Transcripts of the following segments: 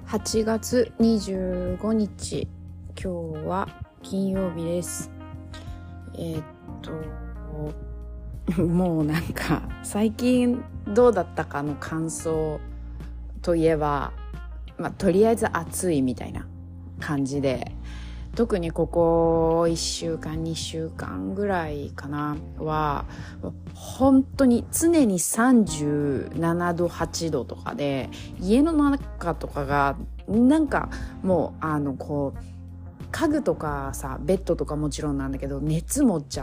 8月25日、今日は金曜日です。もうなんか最近どうだったかの感想といえば、とりあえず暑いみたいな感じで、特にここ1週間2週間ぐらいかなは本当に常に37度8度とかで、家の中とかがなんかもう家具とかさ、ベッドとかもちろんなんだけど熱持っちゃって、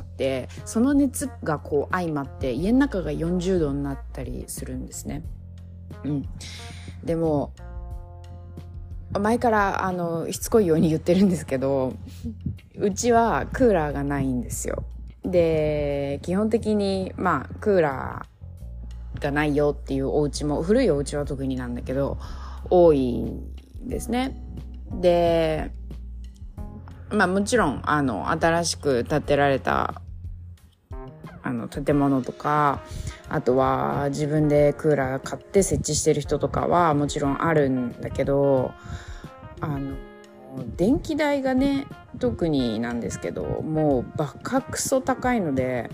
その熱が相まって家の中が40度になったりするんですね。でも前からしつこいように言ってるんですけど、うちはクーラーがないんですよ。で、基本的にクーラーがないよっていうお家も、古いお家は特になんだけど多いんですね。で、もちろん新しく建てられた建物とか、あとは自分でクーラー買って設置してる人とかはもちろんあるんだけど、電気代がね、特になんですけど、もうバカクソ高いので、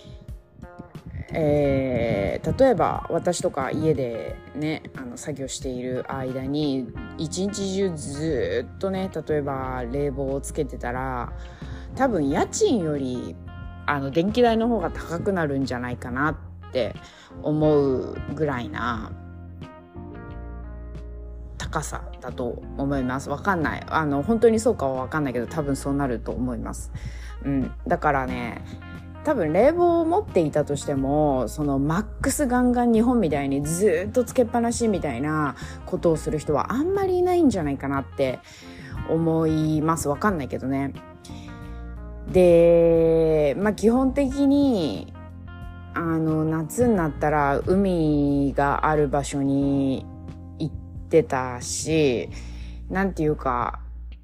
例えば私とか家でね作業している間に一日中ずっとね、例えば冷房をつけてたら、多分家賃より電気代の方が高くなるんじゃないかなって思うぐらいな高さだと思います。わかんない、本当にそうかはわかんないけど、多分そうなると思います。だからね、多分冷房を持っていたとしても、そのマックスガンガン日本みたいにずっとつけっぱなしみたいなことをする人はあんまりいないんじゃないかなって思います。わかんないけどね。で、基本的に夏になったら海がある場所に行ってたし、なんていうか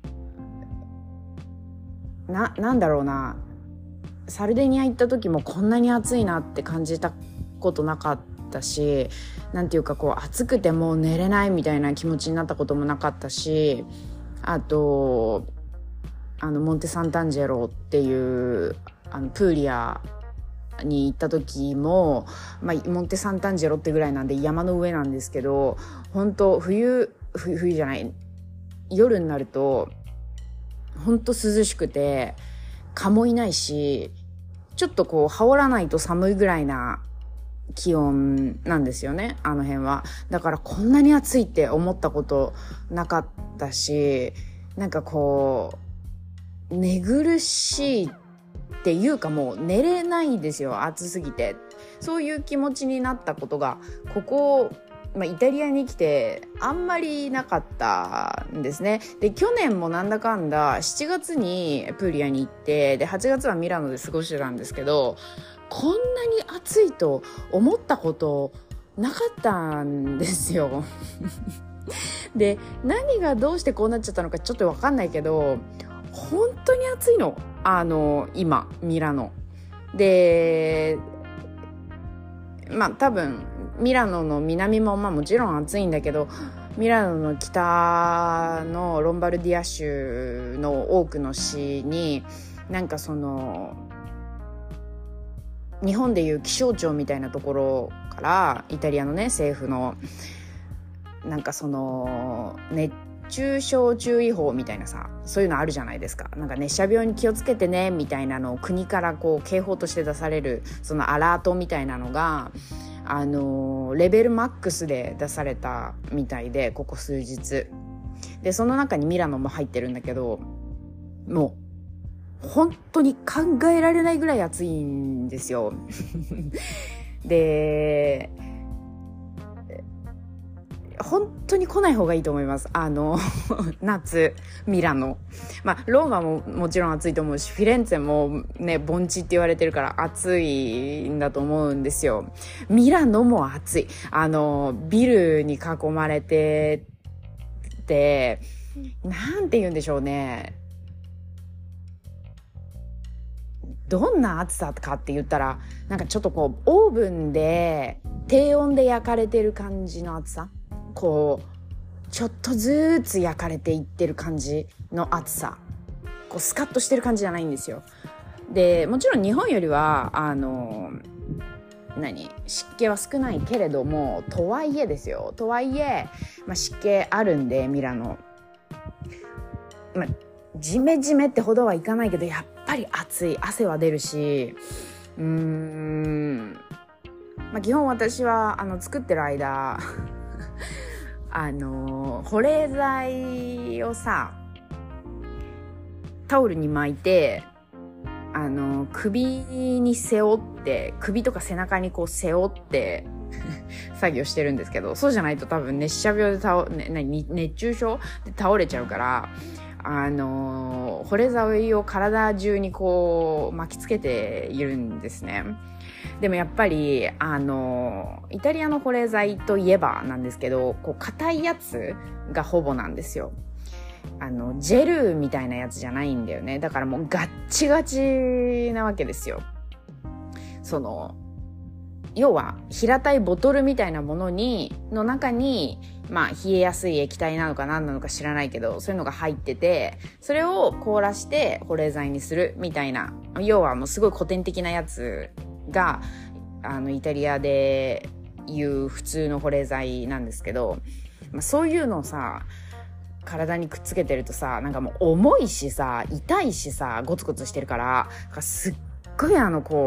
なんだろうな、サルデニア行った時もこんなに暑いなって感じたことなかったし、なんていうか暑くてもう寝れないみたいな気持ちになったこともなかったし、あとモンテサンタンジェロっていうプーリアに行った時も、モンテサンタンジェロってぐらいなんで山の上なんですけど、本当冬じゃない、夜になると本当涼しくて蚊もいないし、ちょっと羽織らないと寒いぐらいな気温なんですよね、あの辺は。だからこんなに暑いって思ったことなかったし、なんか寝苦しいっていうか、もう寝れないですよ、暑すぎて。そういう気持ちになったことがここ、イタリアに来てあんまりなかったんですね。で、去年もなんだかんだ7月にプーリアに行って、で8月はミラノで過ごしてたんですけど、こんなに暑いと思ったことなかったんですよで、何がどうしてこうなっちゃったのかちょっと分かんないけど、本当に暑いの、今ミラノで。多分ミラノの南ももちろん暑いんだけど、ミラノの北のロンバルディア州の多くの市に、なんか日本でいう気象庁みたいなところから、イタリアのね政府のなんか熱中症注意報みたいなさ、そういうのあるじゃないですか。なんか熱射病に気をつけてねみたいなのを国から警報として出される、そのアラートみたいなのがレベルマックスで出されたみたいで、ここ数日で、その中にミラノも入ってるんだけど、もう本当に考えられないぐらい暑いんですよで、本当に来ない方がいいと思います、夏ミラノ。ローマももちろん暑いと思うし、フィレンツェもね盆地って言われてるから暑いんだと思うんですよ。ミラノも暑い。ビルに囲まれてて、なんて言うんでしょうね、どんな暑さかって言ったら、なんかちょっとオーブンで低温で焼かれてる感じの暑さ。 ちょっとずつ焼かれていってる感じの暑さ、こうスカッとしてる感じじゃないんですよ。でもちろん日本よりは湿気は少ないけれども、とはいえ、湿気あるんでミラノ、ジメジメってほどはいかないけど、やっぱり暑い、汗は出るし、基本私は作ってる間保冷剤をさタオルに巻いて首に背負って、首とか背中にこう背負って作業してるんですけど、そうじゃないと多分熱射病で熱中症で倒れちゃうから、保冷剤を体中にこう巻きつけているんですね。でもやっぱりイタリアの保冷剤といえばなんですけど、こう硬いやつがほぼなんですよ。ジェルみたいなやつじゃないんだよね。だからもうガッチガチなわけですよ。要は平たいボトルみたいなものの中に、冷えやすい液体なのか何なのか知らないけど、そういうのが入ってて、それを凍らして保冷剤にするみたいな、要はもうすごい古典的なやつがイタリアでいう普通の保冷剤なんですけど、そういうのをさ体にくっつけてるとさ、なんかもう重いしさ、痛いしさ、ゴツゴツしてるから、すっごい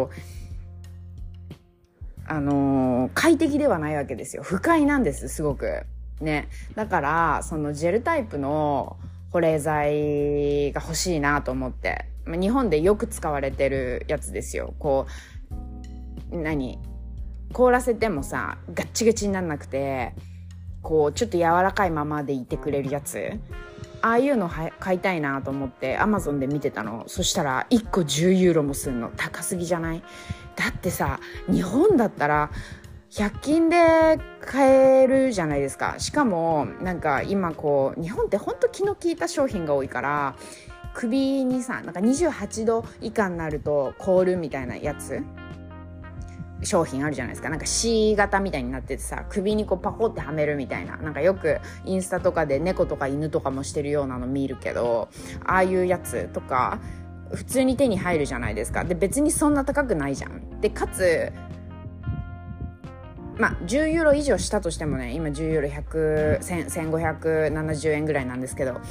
快適ではないわけですよ。不快なんです、すごくね。だからそのジェルタイプの保冷剤が欲しいなと思って、日本でよく使われてるやつですよ。こう凍らせてもさガッチガチになんなくて、こうちょっと柔らかいままでいてくれるやつ、ああいうの買いたいなと思ってアマゾンで見てたの。そしたら1個10ユーロもすんの。高すぎじゃない？だってさ、日本だったら100均で買えるじゃないですか。しかもなんか今こう日本ってほんと気の利いた商品が多いから、首にさなんか28度以下になると凍るみたいなやつ、商品あるじゃないですか。なんか C 型みたいになっててさ、首にこうパコってはめるみたいな、なんかよくインスタとかで猫とか犬とかもしてるようなの見るけど、ああいうやつとか普通に手に入るじゃないですか。で別にそんな高くないじゃん。でかつ10ユーロ以上したとしてもね、今10ユーロ1570円ぐらいなんですけど、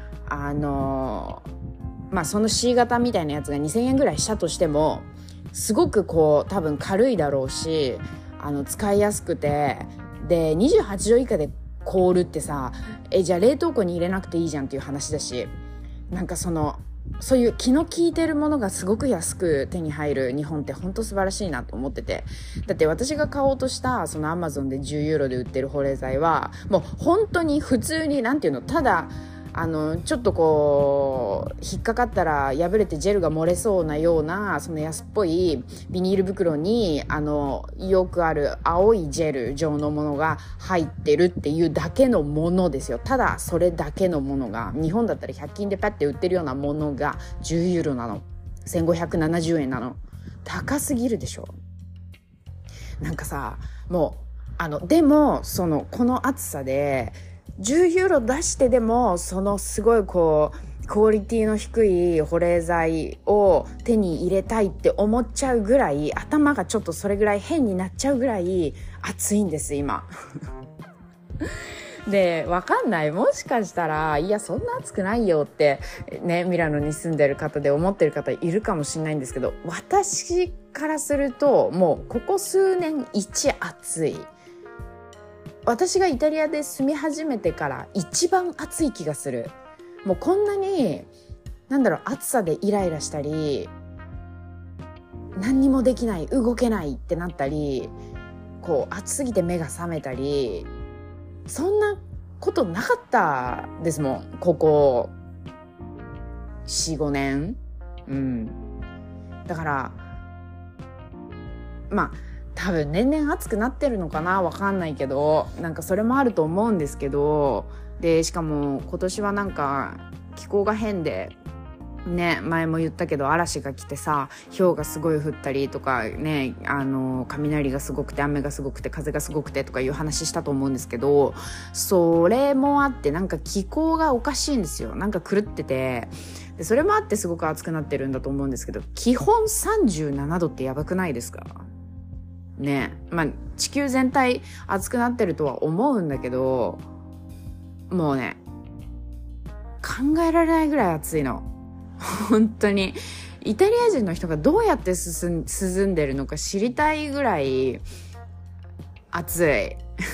その C 型みたいなやつが2000円ぐらいしたとしても、すごくこう多分軽いだろうし、使いやすくて、で28度以下で凍るってさ、じゃあ冷凍庫に入れなくていいじゃんっていう話だし、なんかそういう気の利いてるものがすごく安く手に入る日本って本当素晴らしいなと思ってて。だって私が買おうとしたそのアマゾンで10ユーロで売ってる保冷剤はもう本当に普通にただちょっとこう引っかかったら破れてジェルが漏れそうなようなその安っぽいビニール袋によくある青いジェル状のものが入ってるっていうだけのものですよ。ただそれだけのものが日本だったら100均でパッて売ってるようなものが10ユーロなの。1570円なの。高すぎるでしょ。なんかさ、もうでもこの暑さで10ユーロ出してでもすごいこうクオリティの低い保冷剤を手に入れたいって思っちゃうぐらい、頭がちょっとそれぐらい変になっちゃうぐらい暑いんです今でわかんない、もしかしたらいやそんな暑くないよってね、ミラノに住んでる方で思ってる方いるかもしれないんですけど、私からするともうここ数年一暑い。私がイタリアで住み始めてから一番暑い気がする。もうこんなに暑さでイライラしたり何にもできない、動けないってなったり、こう暑すぎて目が覚めたり、そんなことなかったですもん、ここ 4,5 年。だから多分年々暑くなってるのかな、わかんないけど、なんかそれもあると思うんですけど、でしかも今年はなんか気候が変でね、前も言ったけど嵐が来てさ、氷がすごい降ったりとかね、雷がすごくて雨がすごくて風がすごくてとかいう話したと思うんですけど、それもあってなんか気候がおかしいんですよ。なんか狂ってて、でそれもあってすごく暑くなってるんだと思うんですけど、基本37度ってやばくないですかね。まあ地球全体暑くなってるとは思うんだけど、もうね、考えられないぐらい暑いの。本当にイタリア人の人がどうやって涼んでるのか知りたいぐらい暑い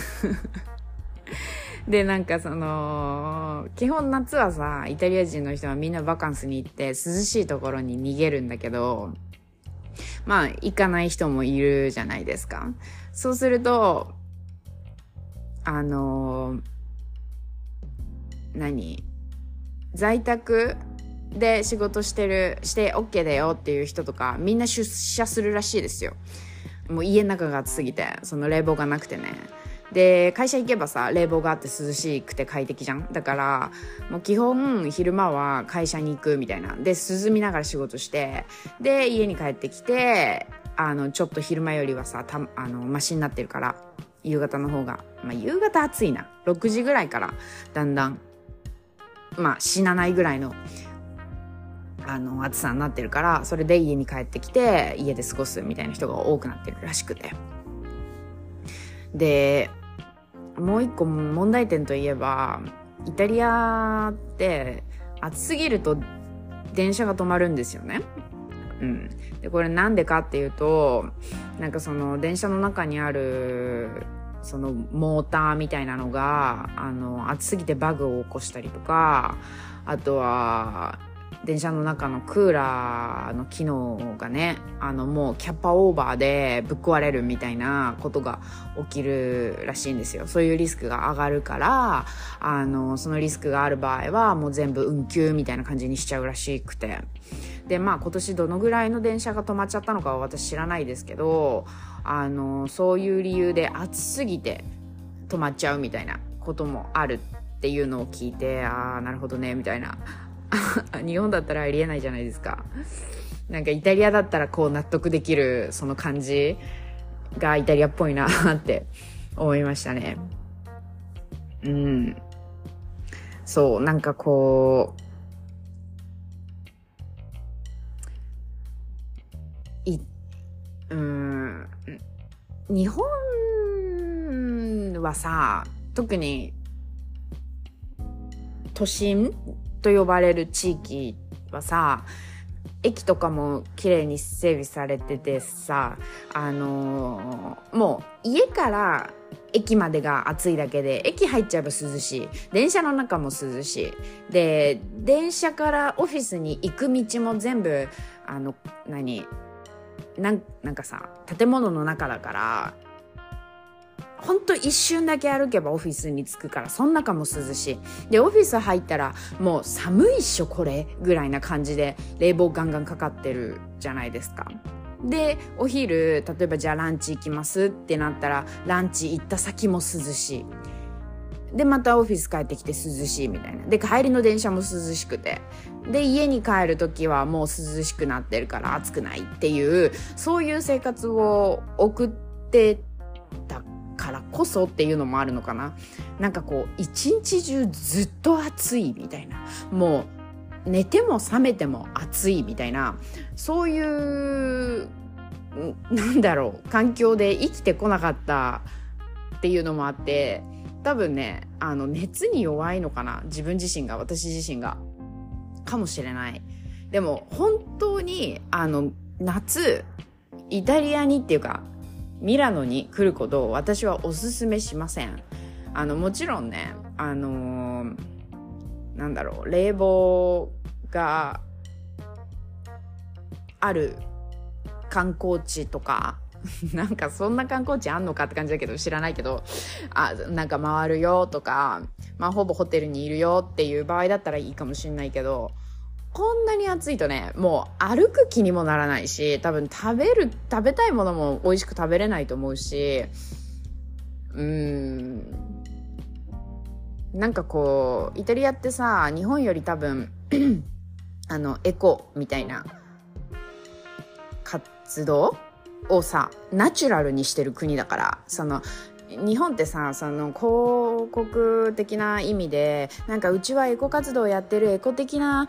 でなんか基本夏はさ、イタリア人の人はみんなバカンスに行って涼しいところに逃げるんだけど、まあ行かない人もいるじゃないですか。そうすると在宅で仕事して OK だよっていう人とかみんな出社するらしいですよ。もう家の中が暑すぎて、その冷房がなくてね。で会社行けばさ、冷房があって涼しくて快適じゃん。だからもう基本昼間は会社に行くみたいなで、涼みながら仕事して、で家に帰ってきてちょっと昼間よりはさマシになってるから、夕方の方が、まあ夕方暑いな、6時ぐらいからだんだんまあ死なないぐらいの暑さになってるから、それで家に帰ってきて家で過ごすみたいな人が多くなってるらしくて、でもう一個問題点といえば、イタリアって暑すぎると電車が止まるんですよね。でこれなんでかっていうと、なんかその電車の中にあるそのモーターみたいなのが暑すぎてバグを起こしたりとか、あとは電車の中のクーラーの機能がね、もうキャッパオーバーでぶっ壊れるみたいなことが起きるらしいんですよ。そういうリスクが上がるから、そのリスクがある場合はもう全部運休みたいな感じにしちゃうらしくて、でまあ今年どのぐらいの電車が止まっちゃったのかは私知らないですけど、そういう理由で暑すぎて止まっちゃうみたいなこともあるっていうのを聞いて、なるほどねみたいな日本だったらありえないじゃないですか。なんかイタリアだったらこう納得できるその感じがイタリアっぽいなって思いましたね。そう、なんかこ日本はさ、特に都心と呼ばれる地域はさ、駅とかも綺麗に整備されててさ、もう家から駅までが暑いだけで、駅入っちゃえば涼しい、電車の中も涼しいで、電車からオフィスに行く道も全部なんかさ、建物の中だからほんと一瞬だけ歩けばオフィスに着くから、その中も涼しいで、オフィス入ったらもう寒いっしょこれぐらいな感じで冷房ガンガンかかってるじゃないですか。でお昼、例えばじゃあランチ行きますってなったら、ランチ行った先も涼しいで、またオフィス帰ってきて涼しいみたいなで、帰りの電車も涼しくて、で家に帰る時はもう涼しくなってるから暑くないっていう、そういう生活を送ってたからこそっていうのもあるのかな。なんかこう一日中ずっと暑いみたいな、もう寝ても覚めても暑いみたいな、そういう環境で生きてこなかったっていうのもあって、多分ね熱に弱いのかな、私自身がかもしれない。でも本当に夏イタリアにっていうかミラノに来ることを私はおすすめしません。もちろんね冷房がある観光地とかなんかそんな観光地あんのかって感じだけど、知らないけど、なんか回るよとか、まあほぼホテルにいるよっていう場合だったらいいかもしれないけど、こんなに暑いとね、もう歩く気にもならないし、多分食べたいものも美味しく食べれないと思うし、なんかこうイタリアってさ、日本より多分エコみたいな活動をさナチュラルにしてる国だから、日本ってさ広告的な意味でなんかうちはエコ活動をやってるエコ的な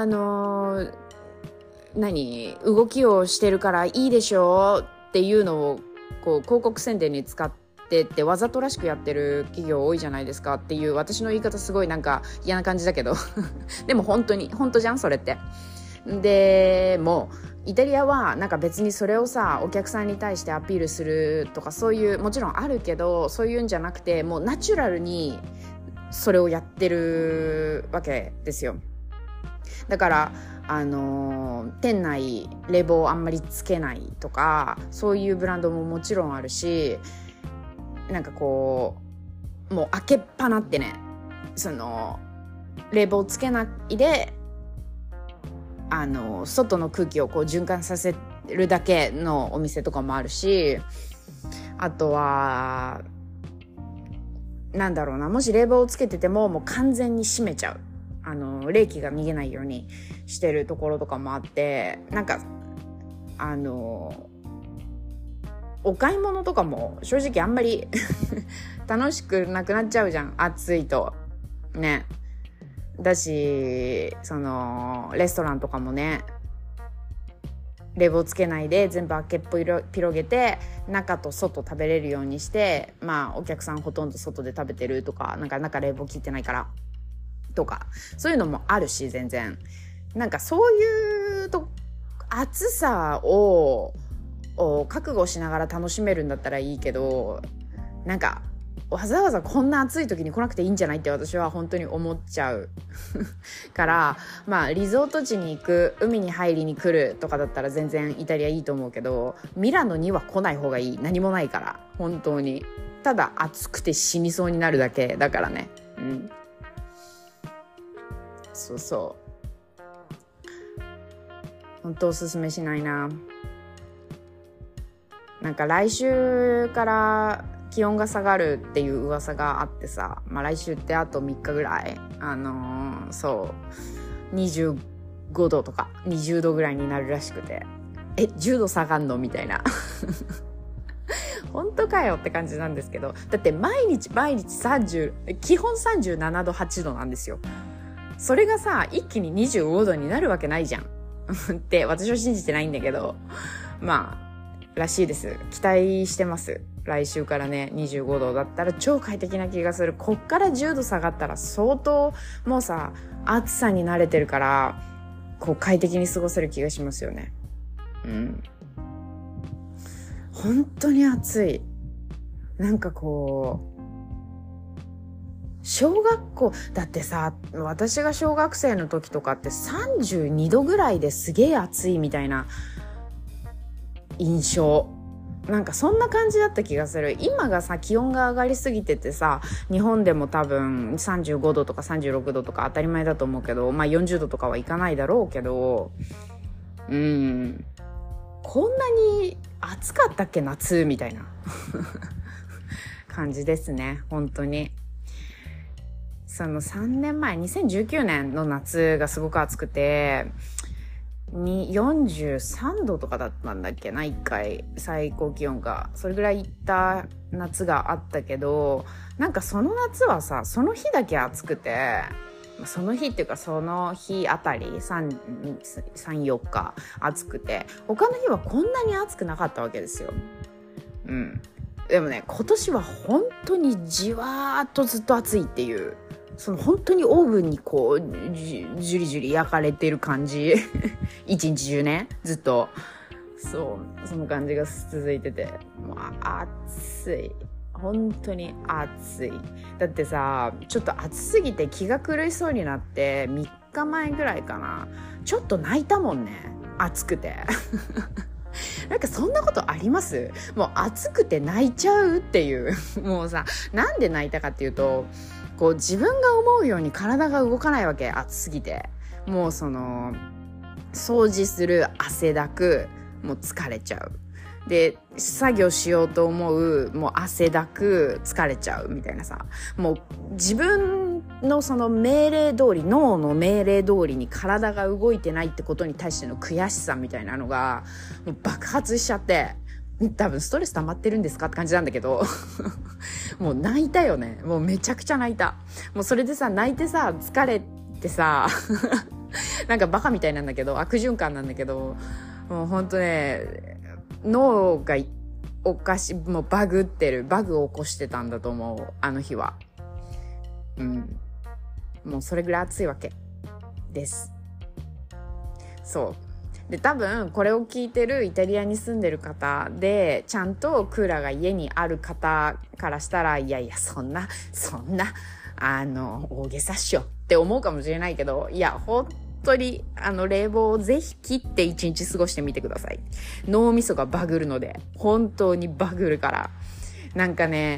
動きをしてるからいいでしょっていうのをこう広告宣伝に使ってってわざとらしくやってる企業多いじゃないですかっていう、私の言い方すごいなんか嫌な感じだけどでも本当じゃんそれって。でもイタリアはなんか別にそれをさお客さんに対してアピールするとかそういうもちろんあるけど、そういうんじゃなくてもうナチュラルにそれをやってるわけですよ。だから店内冷房あんまりつけないとかそういうブランドももちろんあるし、なんかこうもう開けっぱなってね冷房つけないで外の空気をこう循環させるだけのお店とかもあるし、あとはもし冷房をつけててももう完全に閉めちゃう冷気が逃げないようにしてるところとかもあって、なんかお買い物とかも正直あんまり楽しくなくなっちゃうじゃん、暑いとね。だしレストランとかもね冷房つけないで全部開けっ広げて中と外食べれるようにして、お客さんほとんど外で食べてるとか、なんか中冷房効いてないからとかそういうのもあるし、全然なんかそういう暑さを覚悟しながら楽しめるんだったらいいけど、なんかわざわざこんな暑い時に来なくていいんじゃないって私は本当に思っちゃうからリゾート地に行く、海に入りに来るとかだったら全然イタリアいいと思うけど、ミラノには来ない方がいい。何もないから本当にただ暑くて死にそうになるだけだからね。そう本当おすすめしないな。なんか来週から気温が下がるっていう噂があってさ、来週ってあと3日ぐらい25度とか20度ぐらいになるらしくて、10度下がんのみたいな本当かよって感じなんですけど、だって毎日基本37度8度なんですよ。それがさ一気に25度になるわけないじゃんって私は信じてないんだけど、らしいです。期待してます。来週からね25度だったら超快適な気がする。こっから10度下がったら相当もうさ暑さに慣れてるからこう快適に過ごせる気がしますよね。本当に暑い。なんかこう小学校だってさ、私が小学生の時とかって32度ぐらいですげえ暑いみたいな印象、なんかそんな感じだった気がする。今がさ気温が上がりすぎててさ、日本でも多分35度とか36度とか当たり前だと思うけど、40度とかはいかないだろうけど、こんなに暑かったっけ夏みたいな感じですね。本当に3年前2019年の夏がすごく暑くて43度とかだったんだっけな、1回最高気温がそれぐらいいった夏があったけど、なんかその夏はさその日だけ暑くて、その日っていうかその日あたり 3,4 日暑くて、他の日はこんなに暑くなかったわけですよ。でもね今年は本当にじわーっとずっと暑いっていう、本当にオーブンにこうジュリジュリ焼かれてる感じ一日中ねずっとその感じが続いてて、暑い、本当に暑い。だってさちょっと暑すぎて気が狂いそうになって3日前ぐらいかな、ちょっと泣いたもんね、暑くてなんかそんなことあります？もう暑くて泣いちゃうっていうもうさ、なんで泣いたかっていうとこう自分が思うように体が動かないわけ、暑すぎて。もう掃除する、汗だく、もう疲れちゃう。で作業しようと思う、もう汗だく疲れちゃうみたいなさ、もう自分のその命令通り、脳の命令通りに体が動いてないってことに対しての悔しさみたいなのがもう爆発しちゃって、多分ストレス溜まってるんですかって感じなんだけどもう泣いたよね。もうめちゃくちゃ泣いた。もうそれでさ、泣いてさ、疲れてさなんかバカみたいなんだけど、悪循環なんだけど、もうほんとね、脳がもうバグを起こしてたんだと思う、あの日は。もうそれぐらい暑いわけです。そうで、多分これを聞いてるイタリアに住んでる方でちゃんとクーラーが家にある方からしたら、いやいやそんな大げさっしょって思うかもしれないけど、いや本当に冷房をぜひ切って一日過ごしてみてください。脳みそがバグるので、本当にバグるから。なんかね、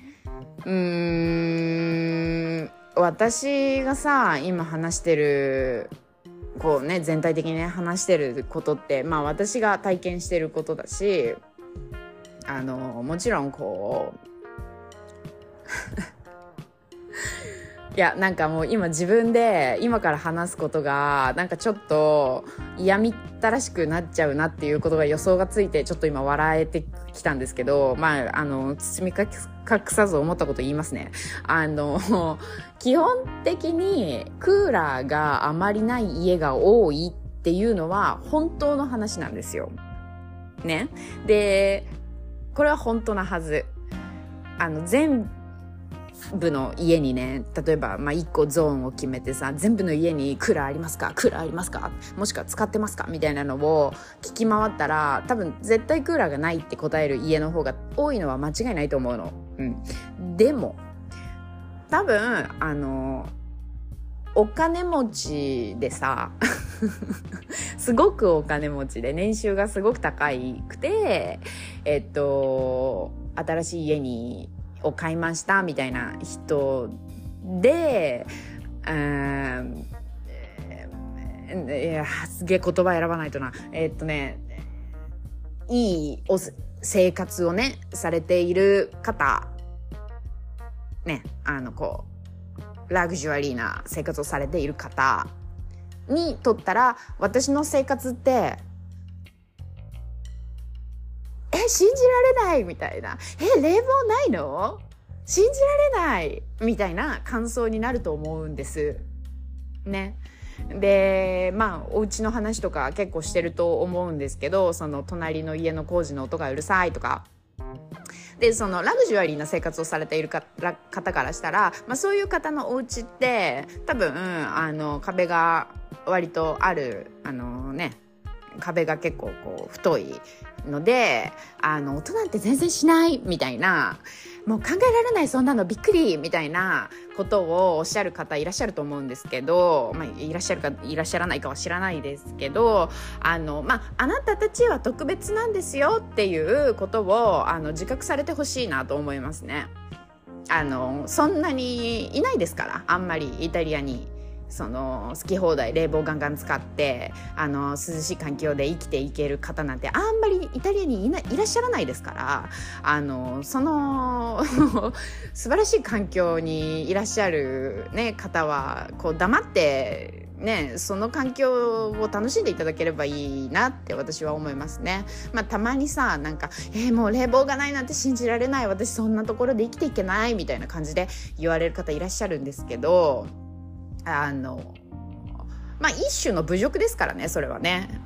私がさ今話してるこうね、全体的にね話してることって、まあ私が体験してることだし、もちろんこういやなんかもう今自分で今から話すことがなんかちょっと嫌みったらしくなっちゃうなっていうことが予想がついて、ちょっと今笑えてきたんですけど、まあ包み隠さず思ったこと言いますね。基本的にクーラーがあまりない家が多いっていうのは本当の話なんですよね。でこれは本当なはず。全部の家にね、例えば1個ゾーンを決めてさ、全部の家にクーラーありますか、クーラーありますか、もしくは使ってますかみたいなのを聞き回ったら、多分絶対クーラーがないって答える家の方が多いのは間違いないと思うの。でも多分お金持ちでさすごくお金持ちで年収がすごく高くて新しい家を買いましたみたいな人で、いやすげえ言葉選ばないとな。いい生活をねされている方ね、ラグジュアリーな生活をされている方にとったら、私の生活って信じられないみたいな、冷房ないの？信じられないみたいな感想になると思うんですね。でお家の話とか結構してると思うんですけど、その隣の家の工事の音がうるさいとかで、そのラグジュアリーな生活をされている方からしたら、そういう方のお家って多分壁が割とある壁が結構太いので、音なんて全然しないみたいな、もう考えられない、そんなのびっくりみたいなことをおっしゃる方いらっしゃると思うんですけど、いらっしゃるかいらっしゃらないかは知らないですけど、あなたたちは特別なんですよっていうことを自覚されてほしいなと思いますね。そんなにいないですから、あんまりイタリアに好き放題冷房ガンガン使って涼しい環境で生きていける方なんてあんまりイタリアにいらっしゃらないですから、その素晴らしい環境にいらっしゃる、方は黙ってその環境を楽しんでいただければいいなって私は思いますね。たまにさ、もう冷房がないなんて信じられない、私そんなところで生きていけないみたいな感じで言われる方いらっしゃるんですけど、一種の侮辱ですからね、それはね。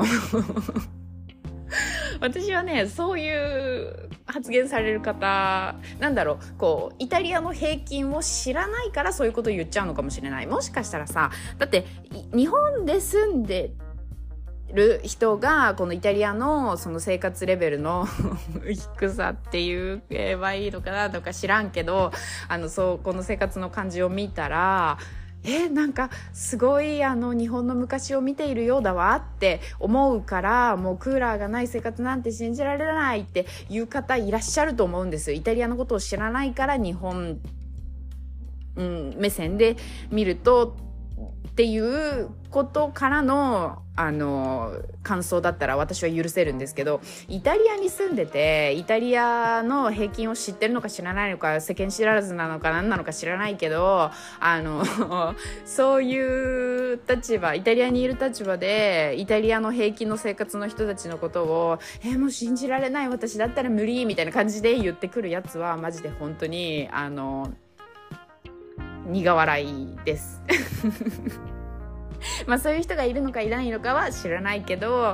私はね、そういう発言される方、イタリアの平均を知らないからそういうことを言っちゃうのかもしれない。もしかしたらさ、だって日本で住んでる人がこのイタリアのその生活レベルの低さって言えばいいのかなとか知らんけど、この生活の感じを見たら、すごい日本の昔を見ているようだわって思うから、もうクーラーがない生活なんて信じられないっていう方いらっしゃると思うんです。イタリアのことを知らないから日本、目線で見るとっっていうことからの感想だったら私は許せるんですけど、イタリアに住んでてイタリアの平均を知ってるのか知らないのか、世間知らずなのか何なのか知らないけど、そういう立場、イタリアにいる立場でイタリアの平均の生活の人たちのことをもう信じられない、私だったら無理みたいな感じで言ってくるやつはマジで本当に苦笑いですまあそういう人がいるのかいないのかは知らないけど、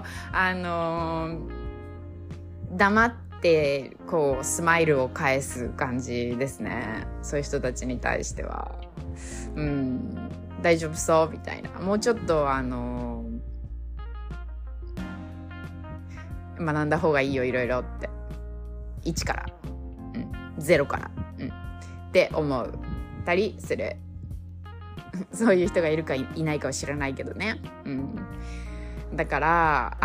黙ってこうスマイルを返す感じですね、そういう人たちに対しては。大丈夫そうみたいな、もうちょっと学んだ方がいいよいろいろって、1から、0から、って思ったりするそういう人がいるかいないかは知らないけどね、だから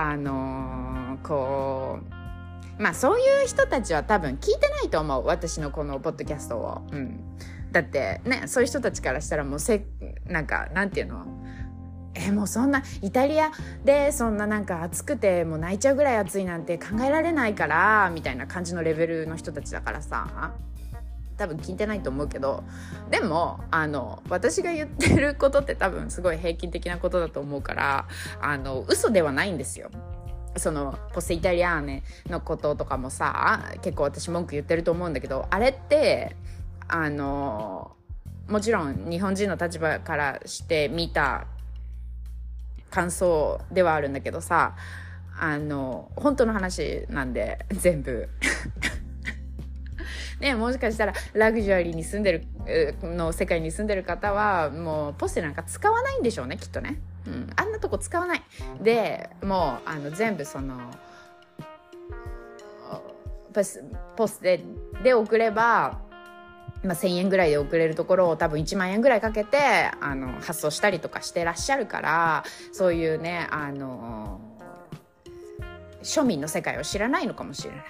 そういう人たちは多分聞いてないと思う、私のこのポッドキャストを、だってね、そういう人たちからしたらもうなんていうの、もうそんなイタリアでそんななんか暑くてもう泣いちゃうぐらい暑いなんて考えられないからみたいな感じのレベルの人たちだからさ、多分聞いてないと思うけど、でも私が言ってることって多分すごい平均的なことだと思うから、嘘ではないんですよ。そのポスイタリアーネのこととかもさ、結構私文句言ってると思うんだけど、あれってもちろん日本人の立場からして見た感想ではあるんだけどさ、本当の話なんで全部ね、もしかしたらラグジュアリーに住んでるの世界に住んでる方はもうポステなんか使わないんでしょうね、きっとね、あんなとこ使わないで、もう全部そのポステで送れば、1000円ぐらいで送れるところを多分1万円ぐらいかけて発送したりとかしてらっしゃるから、そういうね庶民の世界を知らないのかもしれない、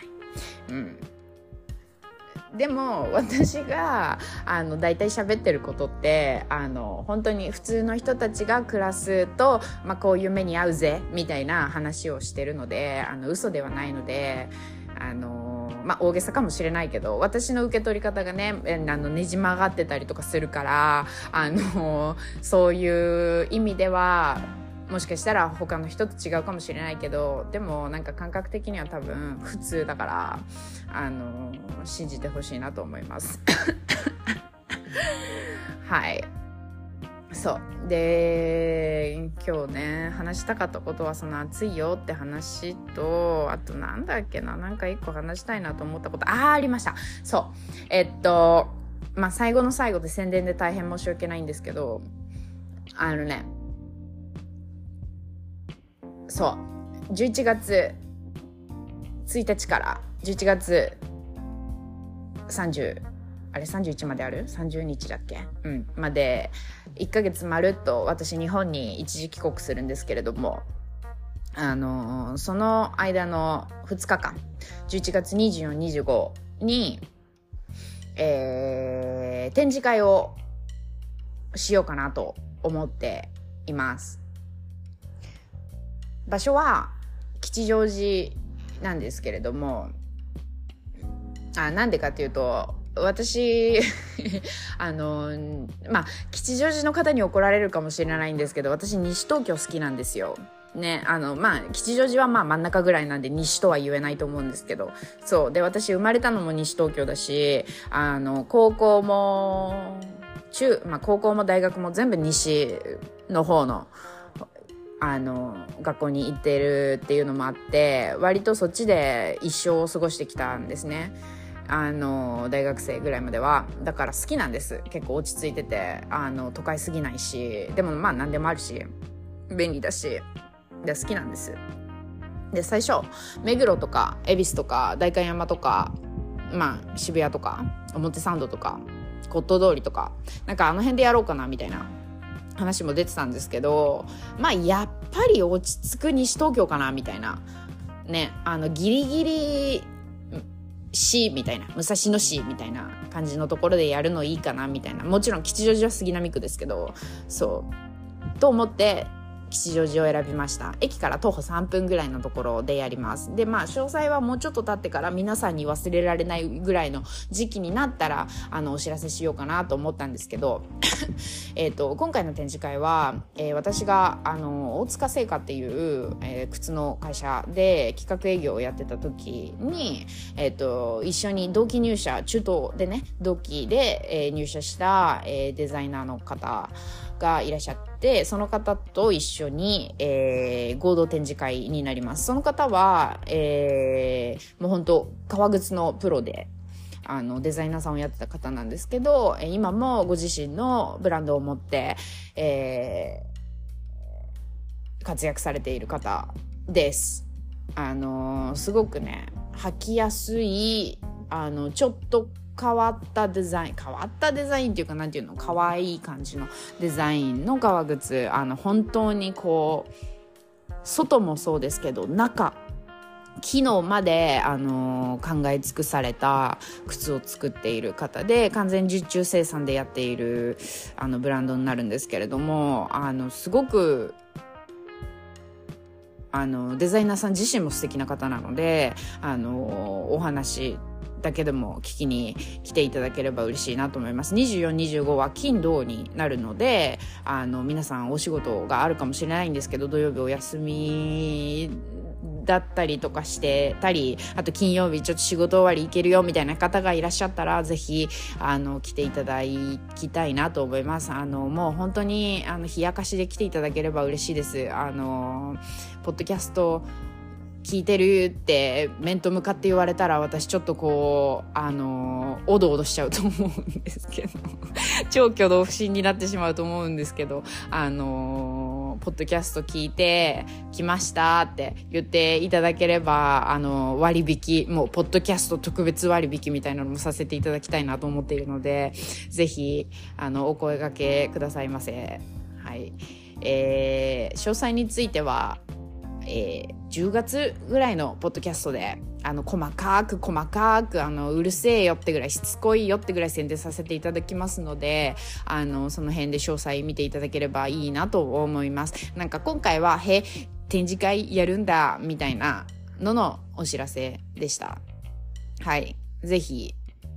でも私が大体喋ってることって本当に普通の人たちが暮らすと、こういう目に遭うぜみたいな話をしてるので、嘘ではないので、大げさかもしれないけど、私の受け取り方がねねじ曲がってたりとかするからそういう意味ではもしかしたら他の人と違うかもしれないけど、でもなんか感覚的には多分普通だから信じてほしいなと思いますはいそうで、今日ね話したかったことはその暑いよって話と、あとなんだっけな、なんか一個話したいなと思ったことありました。そう最後の最後で宣伝で大変申し訳ないんですけど、そう11月1日から11月31まである30日だっけ、まで1ヶ月まるっと私日本に一時帰国するんですけれども、その間の2日間11月24、25に、展示会をしようかなと思っています。場所は吉祥寺なんですけれども、なんでかっていうと、私吉祥寺の方に怒られるかもしれないんですけど、私西東京好きなんですよね。吉祥寺は真ん中ぐらいなんで西とは言えないと思うんですけど、そうで、私生まれたのも西東京だし、高校も高校も大学も全部西の方の学校に行ってるっていうのもあって、割とそっちで一生を過ごしてきたんですね。大学生ぐらいまでは。だから好きなんです。結構落ち着いてて都会すぎないし、でも何でもあるし便利だしで好きなんです。で最初目黒とか恵比寿とか代官山とか、渋谷とか表参道とか骨董通りとか、なんか辺でやろうかなみたいな話も出てたんですけど、やっぱり落ち着く西東京かなみたいなね、ギリギリ市みたいな、武蔵野市みたいな感じのところでやるのいいかなみたいな。もちろん吉祥寺は杉並区ですけど、そと思って吉祥寺を選びました。駅から徒歩3分ぐらいのところでやります。で、詳細はもうちょっと経ってから皆さんに忘れられないぐらいの時期になったら、お知らせしようかなと思ったんですけど、今回の展示会は、私が、大塚製菓っていう、靴の会社で企画営業をやってた時に、一緒に同期入社、中東でね、同期で、入社した、デザイナーの方がいらっしゃって、その方と一緒に、合同展示会になります。その方は、もう本当革靴のプロでデザイナーさんをやってた方なんですけど、今もご自身のブランドを持って、活躍されている方です。すごくね、履きやすい、ちょっと変わったデザインっていうか、なんていうの、可愛い感じのデザインの革靴、本当にこう外もそうですけど中機能まで、考え尽くされた靴を作っている方で、完全受注生産でやっているブランドになるんですけれども、すごくデザイナーさん自身も素敵な方なので、お話だけでも聞きに来ていただければ嬉しいなと思います。24、25は金土になるので、皆さんお仕事があるかもしれないんですけど、土曜日お休みだったりとかしてたり、あと金曜日ちょっと仕事終わり行けるよみたいな方がいらっしゃったら、ぜひ来ていただきたいなと思います。もう本当に冷やかしで来ていただければ嬉しいです。ポッドキャスト聞いてるって面と向かって言われたら、私ちょっとこうおどおどしちゃうと思うんですけど超挙動不審になってしまうと思うんですけど、ポッドキャスト聞いて来ましたって言っていただければ、割引、もうポッドキャスト特別割引みたいなのもさせていただきたいなと思っているので、ぜひお声掛けくださいませ。はい。詳細については10月ぐらいのポッドキャストで細かくうるせえよってぐらい、しつこいよってぐらい宣伝させていただきますので、その辺で詳細見ていただければいいなと思います。なんか今回は展示会やるんだみたいなののお知らせでした。はい、ぜひ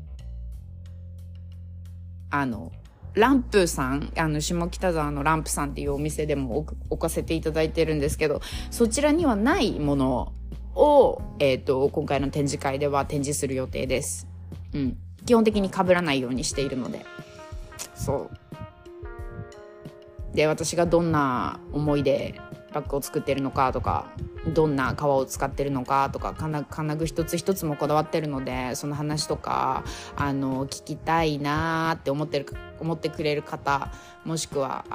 ランプさん、下北沢のランプさんっていうお店でも置かせていただいてるんですけど、そちらにはないものを、今回の展示会では展示する予定です。基本的に被らないようにしているので。そう。で、私がどんな思いでバッグを作ってるのかとか、どんな革を使ってるのかとか、金具一つ一つもこだわってるので、その話とか聞きたいなって思ってくれる方、もしくは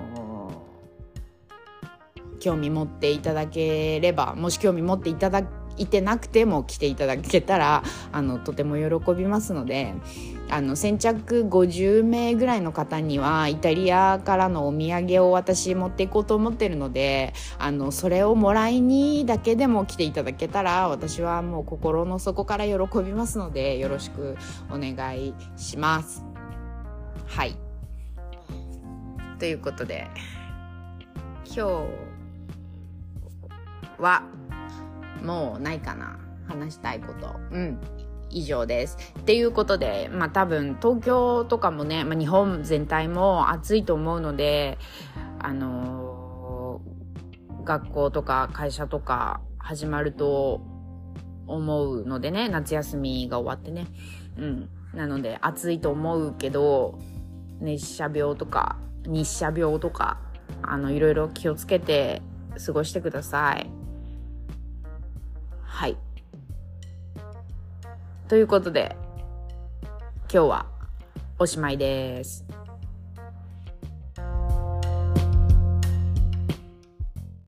興味持っていただければ、もし興味持っていただいてなくても来ていただけたらとても喜びますので、先着50名ぐらいの方にはイタリアからのお土産を私持っていこうと思ってるので、それをもらいにだけでも来ていただけたら、私はもう心の底から喜びますので、よろしくお願いします。はい、ということで今日はもうないかな、話したいこと。以上です。っていうことで、多分東京とかもね、日本全体も暑いと思うので、学校とか会社とか始まると思うのでね、夏休みが終わってね。なので暑いと思うけど、熱射病とか日射病とかいろいろ気をつけて過ごしてください。はい。ということで今日はおしまいです。